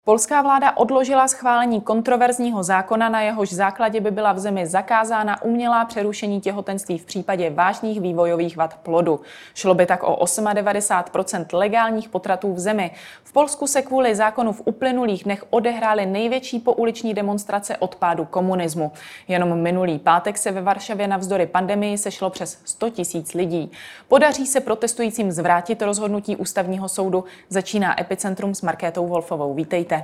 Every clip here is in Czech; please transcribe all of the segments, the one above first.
Polská vláda odložila schválení kontroverzního zákona, na jehož základě by byla v zemi zakázána umělá přerušení těhotenství v případě vážných vývojových vad plodu. Šlo by tak o 98% legálních potratů v zemi. V Polsku se kvůli zákonu v uplynulých dnech odehrály největší pouliční demonstrace od pádu komunismu. Jenom minulý pátek se ve Varšavě navzdory pandemii sešlo přes 100 000 lidí. Podaří se protestujícím zvrátit rozhodnutí ústavního soudu? Začíná Epicentrum s Markétou Wolfovou. Vítejte.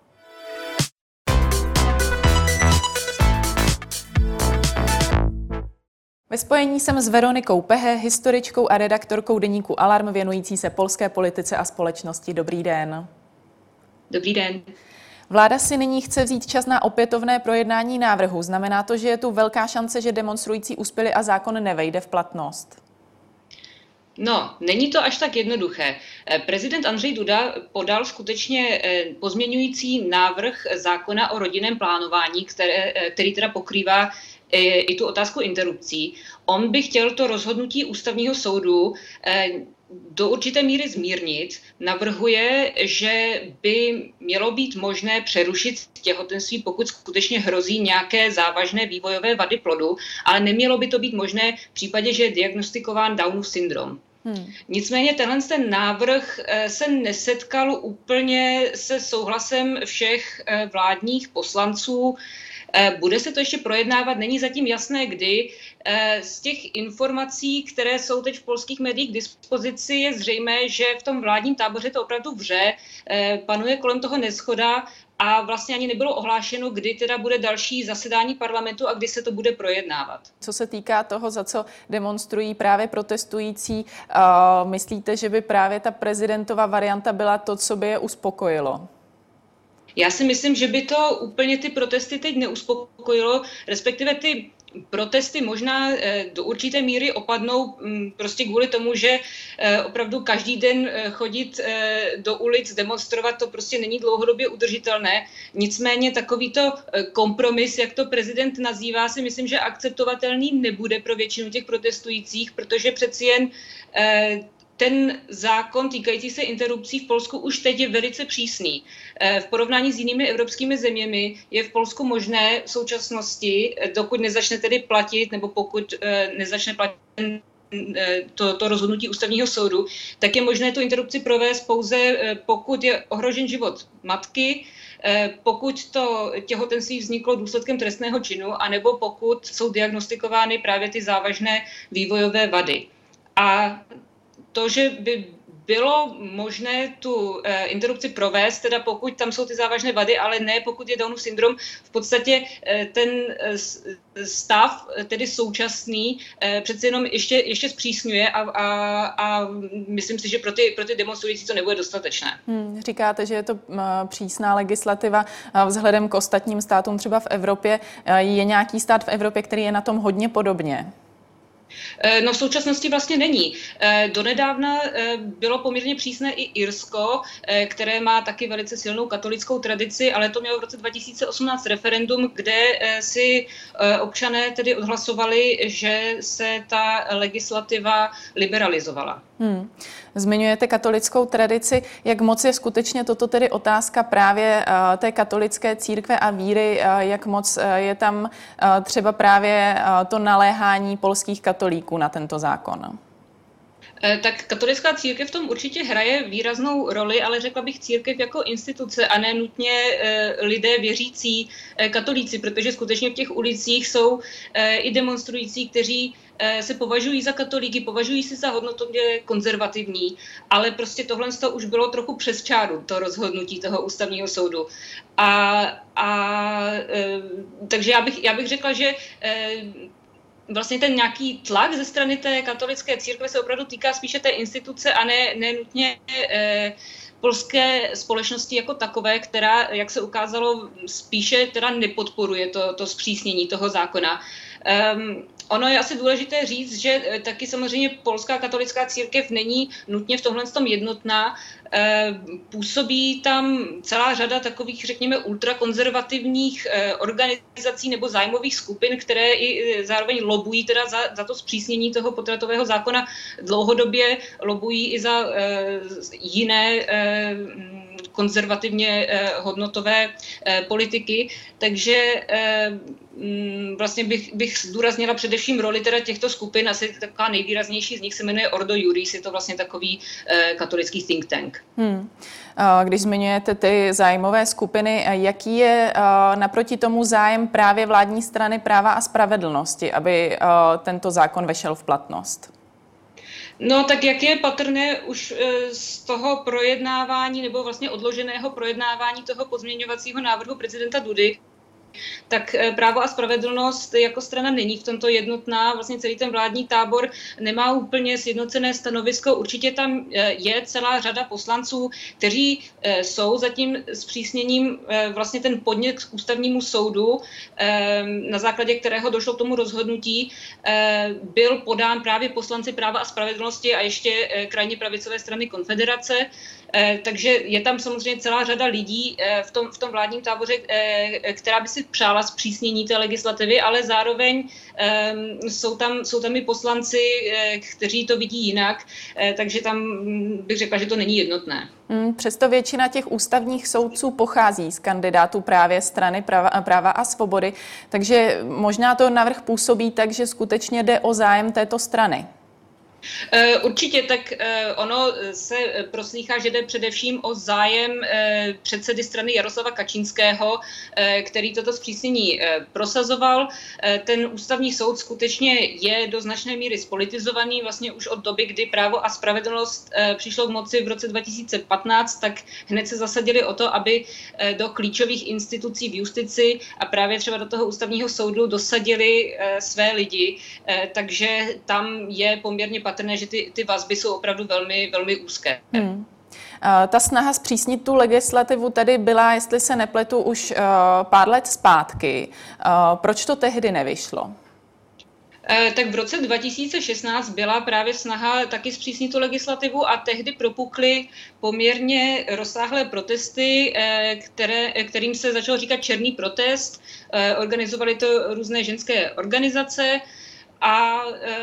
Ve spojení jsem s Veronikou Pehe, historičkou a redaktorkou deníku Alarm věnující se polské politice a společnosti. Dobrý den. Dobrý den. Vláda si nyní chce vzít čas na opětovné projednání návrhu. Znamená to, že je tu velká šance, že demonstrující uspěli a zákon nevejde v platnost? No, není to až tak jednoduché. Prezident Andrzej Duda podal skutečně pozměňující návrh zákona o rodinném plánování, který teda pokrývá i tu otázku interrupcí. On by chtěl to rozhodnutí ústavního soudu do určité míry zmírnit. Navrhuje, že by mělo být možné přerušit těhotenství, pokud skutečně hrozí nějaké závažné vývojové vady plodu, ale nemělo by to být možné v případě, že je diagnostikován Downův syndrom. Nicméně ten návrh se nesetkal úplně se souhlasem všech vládních poslanců. Bude se to ještě projednávat, není zatím jasné kdy. Z těch informací, které jsou teď v polských médiích k dispozici, je zřejmé, že v tom vládním táboře to opravdu vře, panuje kolem toho neshoda a vlastně ani nebylo ohlášeno, kdy teda bude další zasedání parlamentu a kdy se to bude projednávat. Co se týká toho, za co demonstrují právě protestující, myslíte, že by právě ta prezidentova varianta byla to, co by je uspokojilo? Já si myslím, že by to úplně ty protesty teď neuspokojilo, respektive ty protesty možná do určité míry opadnou prostě kvůli tomu, že opravdu každý den chodit do ulic, demonstrovat, to prostě není dlouhodobě udržitelné. Nicméně takovýto kompromis, jak to prezident nazývá, si myslím, že akceptovatelný nebude pro většinu těch protestujících, protože přeci jen ten zákon týkající se interrupcí v Polsku už teď je velice přísný. V porovnání s jinými evropskými zeměmi je v Polsku možné v současnosti, dokud nezačne tedy platit, nebo pokud nezačne platit to rozhodnutí ústavního soudu, tak je možné tu interrupci provést pouze, pokud je ohrožen život matky, pokud to těhotenství vzniklo důsledkem trestného činu, anebo pokud jsou diagnostikovány právě ty závažné vývojové vady. A to, že by bylo možné tu interrupci provést, teda pokud tam jsou ty závažné vady, ale ne pokud je Downův syndrom, v podstatě ten stav, tedy současný, přece jenom ještě zpřísňuje a myslím si, že pro ty demonstrující to nebude dostatečné. Říkáte, že je to přísná legislativa vzhledem k ostatním státům třeba v Evropě. Je nějaký stát v Evropě, který je na tom hodně podobně? No v současnosti vlastně není. Donedávna bylo poměrně přísné i Irsko, které má taky velice silnou katolickou tradici, ale to mělo v roce 2018 referendum, kde si občané tedy odhlasovali, že se ta legislativa liberalizovala. Zmiňujete katolickou tradici. Jak moc je skutečně toto tedy otázka právě té katolické církve a víry? Jak moc je tam třeba právě to naléhání polských katolíků na tento zákon? Tak katolická církev v tom určitě hraje výraznou roli, ale řekla bych církev jako instituce a ne nutně lidé věřící katolíci, protože skutečně v těch ulicích jsou i demonstrující, kteří se považují za katolíky, považují se za hodnotově konzervativní, ale prostě tohle už bylo trochu přes čáru, to rozhodnutí toho ústavního soudu. Takže já bych řekla, že vlastně ten nějaký tlak ze strany té katolické církve se opravdu týká spíše té instituce a ne nutně polské společnosti jako takové, která, jak se ukázalo, spíše teda nepodporuje to zpřísnění toho zákona. Ono je asi důležité říct, že taky samozřejmě polská katolická církev není nutně v tomhle tom jednotná. Působí tam celá řada takových, řekněme, ultrakonzervativních organizací nebo zájmových skupin, které i zároveň lobují teda za to zpřísnění toho potratového zákona. Dlouhodobě lobují i za jiné konzervativně hodnotové politiky. Takže vlastně bych zdůraznila především roli teda těchto skupin. Asi taková nejvýraznější z nich se jmenuje Ordo Iuris, je to vlastně takový katolický think tank. Když zmiňujete ty zájmové skupiny, jaký je naproti tomu zájem právě vládní strany Práva a spravedlnosti, aby tento zákon vešel v platnost? No tak jak je patrné už z toho projednávání nebo vlastně odloženého projednávání toho pozměňovacího návrhu prezidenta Dudy, tak Právo a spravedlnost jako strana není v tomto jednotná. Vlastně celý ten vládní tábor nemá úplně sjednocené stanovisko. Určitě tam je celá řada poslanců, kteří jsou za tím zpřísněním vlastně ten podnět k ústavnímu soudu, na základě kterého došlo k tomu rozhodnutí, byl podán právě poslanci Práva a spravedlnosti a ještě krajně pravicové strany Konfederace. Takže je tam samozřejmě celá řada lidí v tom vládním táboře, která by si přála zpřísnění té legislativy, ale zároveň jsou tam i poslanci, kteří to vidí jinak, takže tam bych řekla, že to není jednotné. Přesto většina těch ústavních soudců pochází z kandidátů právě strany Práva a svobody, takže možná to navrch působí tak, že skutečně jde o zájem této strany. Určitě, tak ono se proslýchá, že jde především o zájem předsedy strany Jaroslava Kačínského, který toto zpřísnění prosazoval. Ten ústavní soud skutečně je do značné míry spolitizovaný vlastně už od doby, kdy Právo a spravedlnost přišlo k moci v roce 2015, tak hned se zasadili o to, aby do klíčových institucí v justici a právě třeba do toho ústavního soudu dosadili své lidi, takže tam je poměrně patrné, že ty vazby jsou opravdu velmi, velmi úzké. Ta snaha zpřísnit tu legislativu tady byla, jestli se nepletu, už pár let zpátky. Proč to tehdy nevyšlo? Tak v roce 2016 byla právě snaha taky zpřísnit tu legislativu a tehdy propukly poměrně rozsáhlé protesty, kterým se začalo říkat černý protest. Organizovaly to různé ženské organizace a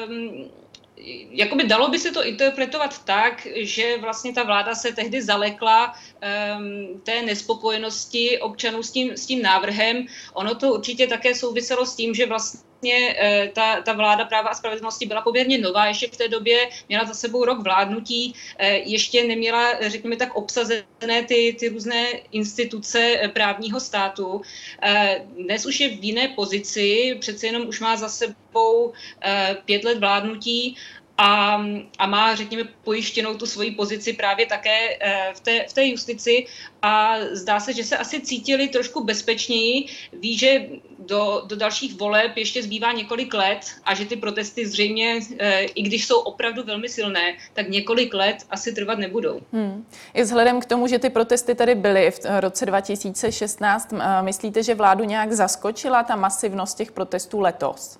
jakoby dalo by se to interpretovat tak, že vlastně ta vláda se tehdy zalekla té nespokojenosti občanů s tím návrhem. Ono to určitě také souviselo s tím, že vlastně ta vláda Práva a spravedlnosti byla poměrně nová, ještě v té době měla za sebou rok vládnutí, ještě neměla, řekněme tak, obsazené ty různé instituce právního státu. Dnes už je v jiné pozici, přece jenom už má za sebou 5 let vládnutí a má, řekněme, pojištěnou tu svoji pozici právě také v té justici a zdá se, že se asi cítili trošku bezpečněji, ví, že do dalších voleb ještě zbývá několik let a že ty protesty zřejmě, i když jsou opravdu velmi silné, tak několik let asi trvat nebudou. I vzhledem k tomu, že ty protesty tady byly v roce 2016, myslíte, že vládu nějak zaskočila ta masivnost těch protestů letos?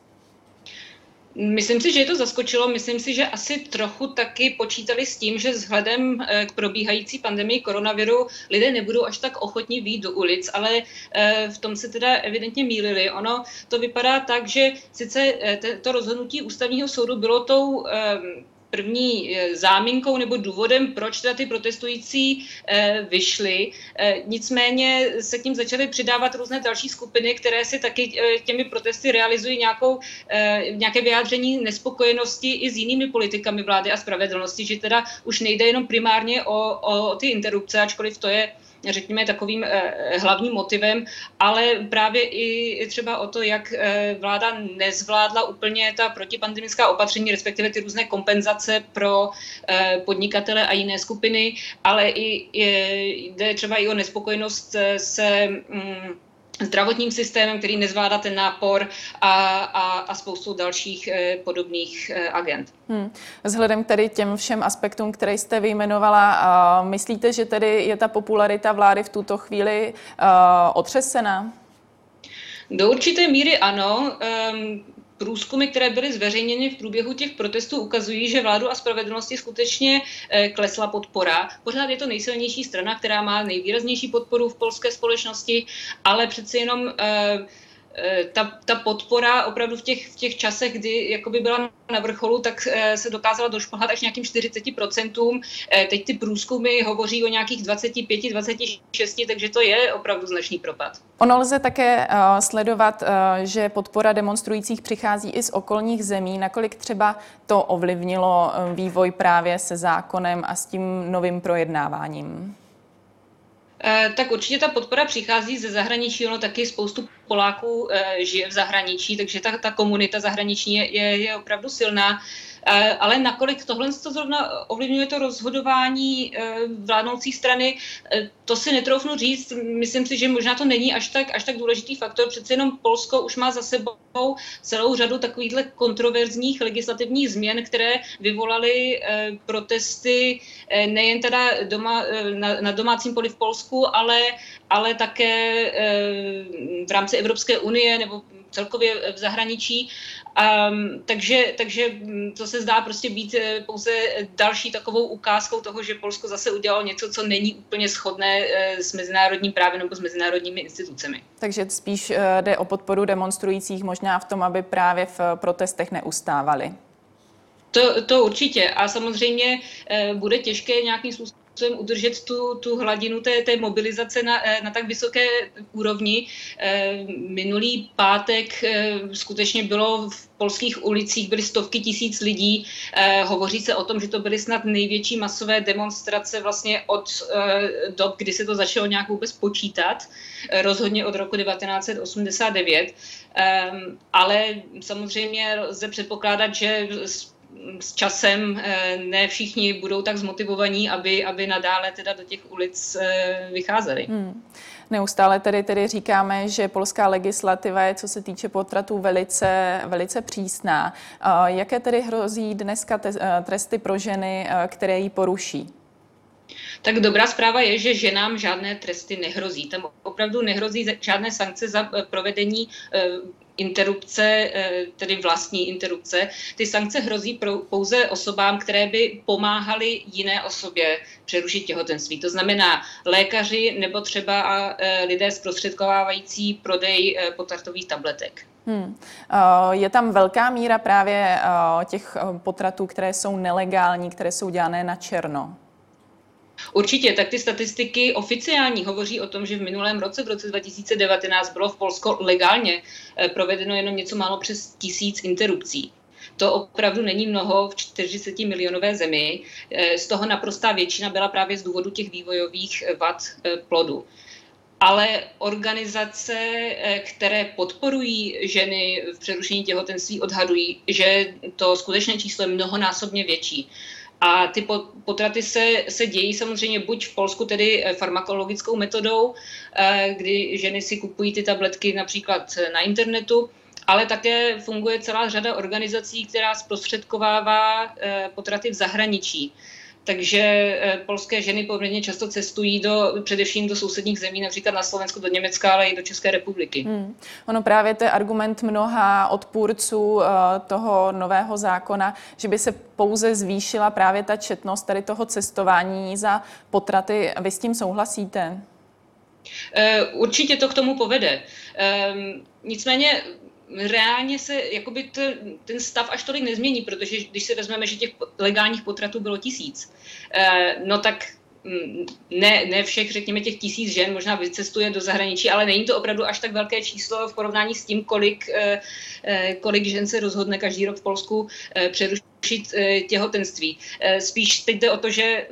Myslím si, že je to zaskočilo. Myslím si, že asi trochu taky počítali s tím, že vzhledem k probíhající pandemii koronaviru lidé nebudou až tak ochotní vyjít do ulic, ale v tom se teda evidentně mýlili. Ono to vypadá tak, že sice to rozhodnutí ústavního soudu bylo tou první záminkou nebo důvodem, proč teda ty protestující vyšli. Nicméně se k tím začaly přidávat různé další skupiny, které si taky těmi protesty realizují nějaké vyjádření nespokojenosti i s jinými politikami vlády a spravedlnosti, že teda už nejde jenom primárně o ty interrupce, ačkoliv to je, řekněme, takovým hlavním motivem, ale právě i třeba o to, jak vláda nezvládla úplně ta protipandemická opatření, respektive ty různé kompenzace pro podnikatele a jiné skupiny, ale jde třeba i o nespokojenost se zdravotním systémem, který nezvládá ten nápor a spoustu dalších podobných agend. Vzhledem k tady těm všem aspektům, které jste vyjmenovala, myslíte, že tedy je ta popularita vlády v tuto chvíli otřesená? Do určité míry ano. Průzkumy, které byly zveřejněny v průběhu těch protestů, ukazují, že vládu a spravedlnosti skutečně klesla podpora. Pořád je to nejsilnější strana, která má nejvýraznější podporu v polské společnosti, ale přeci jenom ta podpora opravdu v těch časech, kdy jakoby byla na vrcholu, tak se dokázala došplhat až nějakým 40%. Teď ty průzkumy hovoří o nějakých 25, 26, takže to je opravdu značný propad. Ono lze také sledovat, že podpora demonstrujících přichází i z okolních zemí. Nakolik třeba to ovlivnilo vývoj právě se zákonem a s tím novým projednáváním? Tak určitě ta podpora přichází ze zahraničí, ono taky spoustu Poláků žije v zahraničí, takže ta komunita zahraniční je opravdu silná. Ale nakolik tohle to zrovna ovlivňuje to rozhodování vládnoucí strany, to si netroufnu říct. Myslím si, že možná to není až tak důležitý faktor. Přece jenom Polsko už má za sebou celou řadu takovýchhle kontroverzních legislativních změn, které vyvolaly protesty nejen teda na domácím poli v Polsku, ale také v rámci Evropské unie nebo celkově v zahraničí. Takže to se zdá prostě být pouze další takovou ukázkou toho, že Polsko zase udělalo něco, co není úplně shodné s mezinárodním právem nebo s mezinárodními institucemi. Takže spíš jde o podporu demonstrujících možná v tom, aby právě v protestech neustávali. To určitě. A samozřejmě bude těžké nějakým způsobem udržet tu hladinu té mobilizace na tak vysoké úrovni. Minulý pátek skutečně bylo v polských ulicích, byly stovky tisíc lidí. Hovoří se o tom, že to byly snad největší masové demonstrace vlastně od dob, kdy se to začalo nějak vůbec počítat. Rozhodně od roku 1989. Ale samozřejmě lze předpokládat, že s časem ne všichni budou tak zmotivovaní, aby nadále teda do těch ulic vycházeli. Neustále tedy říkáme, že polská legislativa je, co se týče potratů, velice přísná. Jaké tedy hrozí dneska tresty pro ženy, které ji poruší? Tak dobrá zpráva je, že ženám žádné tresty nehrozí. Tam opravdu nehrozí žádné sankce za provedení interrupce, tedy vlastní interrupce. Ty sankce hrozí pouze osobám, které by pomáhaly jiné osobě přerušit těhotenství. To znamená lékaři nebo třeba lidé zprostředkovávající prodej potratových tabletek. Je tam velká míra právě těch potratů, které jsou nelegální, které jsou dělané na černo. Určitě, tak ty statistiky oficiální hovoří o tom, že v minulém roce, v roce 2019, bylo v Polsku legálně provedeno jenom něco málo přes 1000 interrupcí. To opravdu není mnoho v 40 milionové zemi. Z toho naprostá většina byla právě z důvodu těch vývojových vad plodu. Ale organizace, které podporují ženy v přerušení těhotenství, odhadují, že to skutečné číslo je mnohonásobně větší. A ty potraty se dějí samozřejmě buď v Polsku tedy farmakologickou metodou, kdy ženy si kupují ty tabletky například na internetu, ale také funguje celá řada organizací, která zprostředkovává potraty v zahraničí. Takže polské ženy poměrně často cestují především do sousedních zemí, například na Slovensku, do Německa, ale i do České republiky. Ono právě to je argument mnoha odpůrců toho nového zákona, že by se pouze zvýšila právě ta četnost tady toho cestování za potraty. Vy s tím souhlasíte? Určitě to k tomu povede. Nicméně reálně se jakoby ten stav až tolik nezmění, protože když si vezmeme, že těch legálních potratů bylo 1000, no tak ne všech, řekněme, těch 1000 žen možná vycestuje do zahraničí, ale není to opravdu až tak velké číslo v porovnání s tím, kolik žen se rozhodne každý rok v Polsku přerušit těhotenství. Spíš teď jde o to, že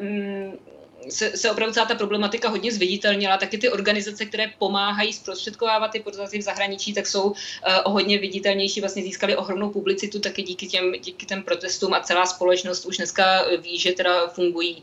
se opravdu celá ta problematika hodně zviditelnila, taky ty organizace, které pomáhají zprostředkovávat ty potraty v zahraničí, tak jsou o hodně viditelnější, vlastně získali ohromnou publicitu taky díky těm protestům a celá společnost už dneska ví, že teda fungují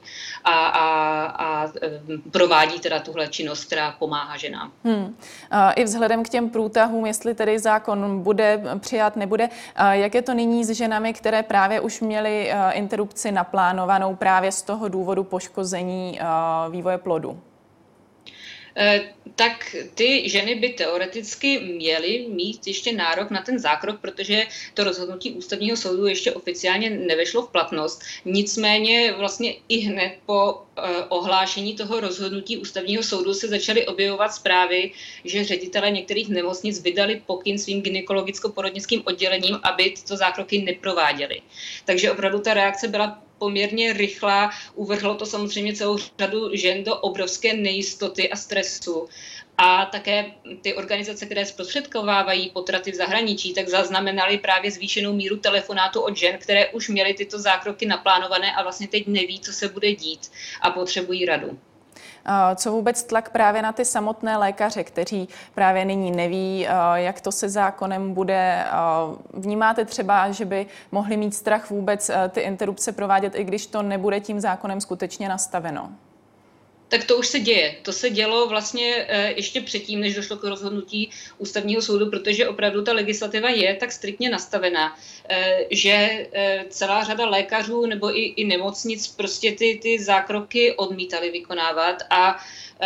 a provádí teda tuhle činnost, která pomáhá ženám. I vzhledem k těm průtahům, jestli tedy zákon bude přijat, nebude, jak je to nyní s ženami, které právě už měly interrupci naplánovanou právě z toho důvodu poškození vývoje plodu? tak ty ženy by teoreticky měly mít ještě nárok na ten zákrok, protože to rozhodnutí ústavního soudu ještě oficiálně nevešlo v platnost. Nicméně vlastně i hned po ohlášení toho rozhodnutí ústavního soudu se začaly objevovat zprávy, že ředitelé některých nemocnic vydali pokyn svým gynekologicko-porodnickým oddělením, aby tyto zákroky neprováděly. Takže opravdu ta reakce byla poměrně rychlá, uvrhlo to samozřejmě celou řadu žen do obrovské nejistoty a stresu. A také ty organizace, které zprostředkovávají potraty v zahraničí, tak zaznamenaly právě zvýšenou míru telefonátů od žen, které už měly tyto zákroky naplánované a vlastně teď neví, co se bude dít a potřebují radu. Co vůbec tlak právě na ty samotné lékaře, kteří právě nyní neví, jak to se zákonem bude? Vnímáte třeba, že by mohli mít strach vůbec ty interrupce provádět, i když to nebude tím zákonem skutečně nastaveno? Tak to už se děje. To se dělo vlastně ještě předtím, než došlo k rozhodnutí ústavního soudu, protože opravdu ta legislativa je tak striktně nastavená, že celá řada lékařů nebo i nemocnic prostě ty zákroky odmítali vykonávat a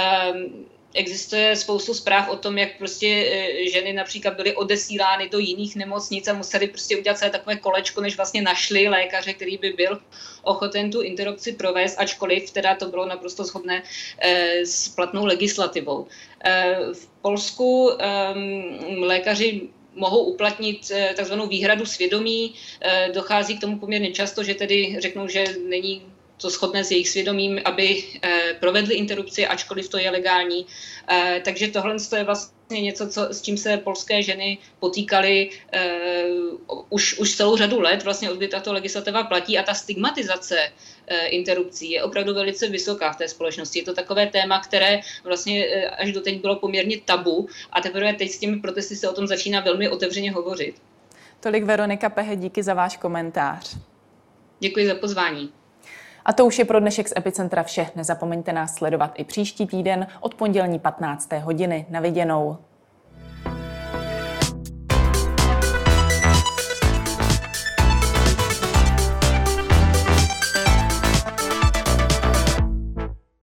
existuje spoustu zpráv o tom, jak prostě ženy například byly odesílány do jiných nemocnic a museli prostě udělat celé takové kolečko, než vlastně našli lékaře, který by byl ochoten tu interrupci provést, ačkoliv teda to bylo naprosto shodné s platnou legislativou. V Polsku lékaři mohou uplatnit takzvanou výhradu svědomí. Dochází k tomu poměrně často, že tedy řeknou, že není to shodné s jejich svědomím, aby provedli interrupci, ačkoliv to je legální. Takže tohle je vlastně něco, s čím se polské ženy potýkaly už celou řadu let, vlastně od kdy tato legislativa platí, a ta stigmatizace interrupcí je opravdu velice vysoká v té společnosti. Je to takové téma, které vlastně až doteď bylo poměrně tabu a teprve teď s těmi protesty se o tom začíná velmi otevřeně hovořit. Tolik Veronika Pehe, díky za váš komentář. Děkuji za pozvání. A to už je pro dnešek z Epicentra vše. Nezapomeňte nás sledovat i příští týden od pondělní 15. hodiny. Na viděnou.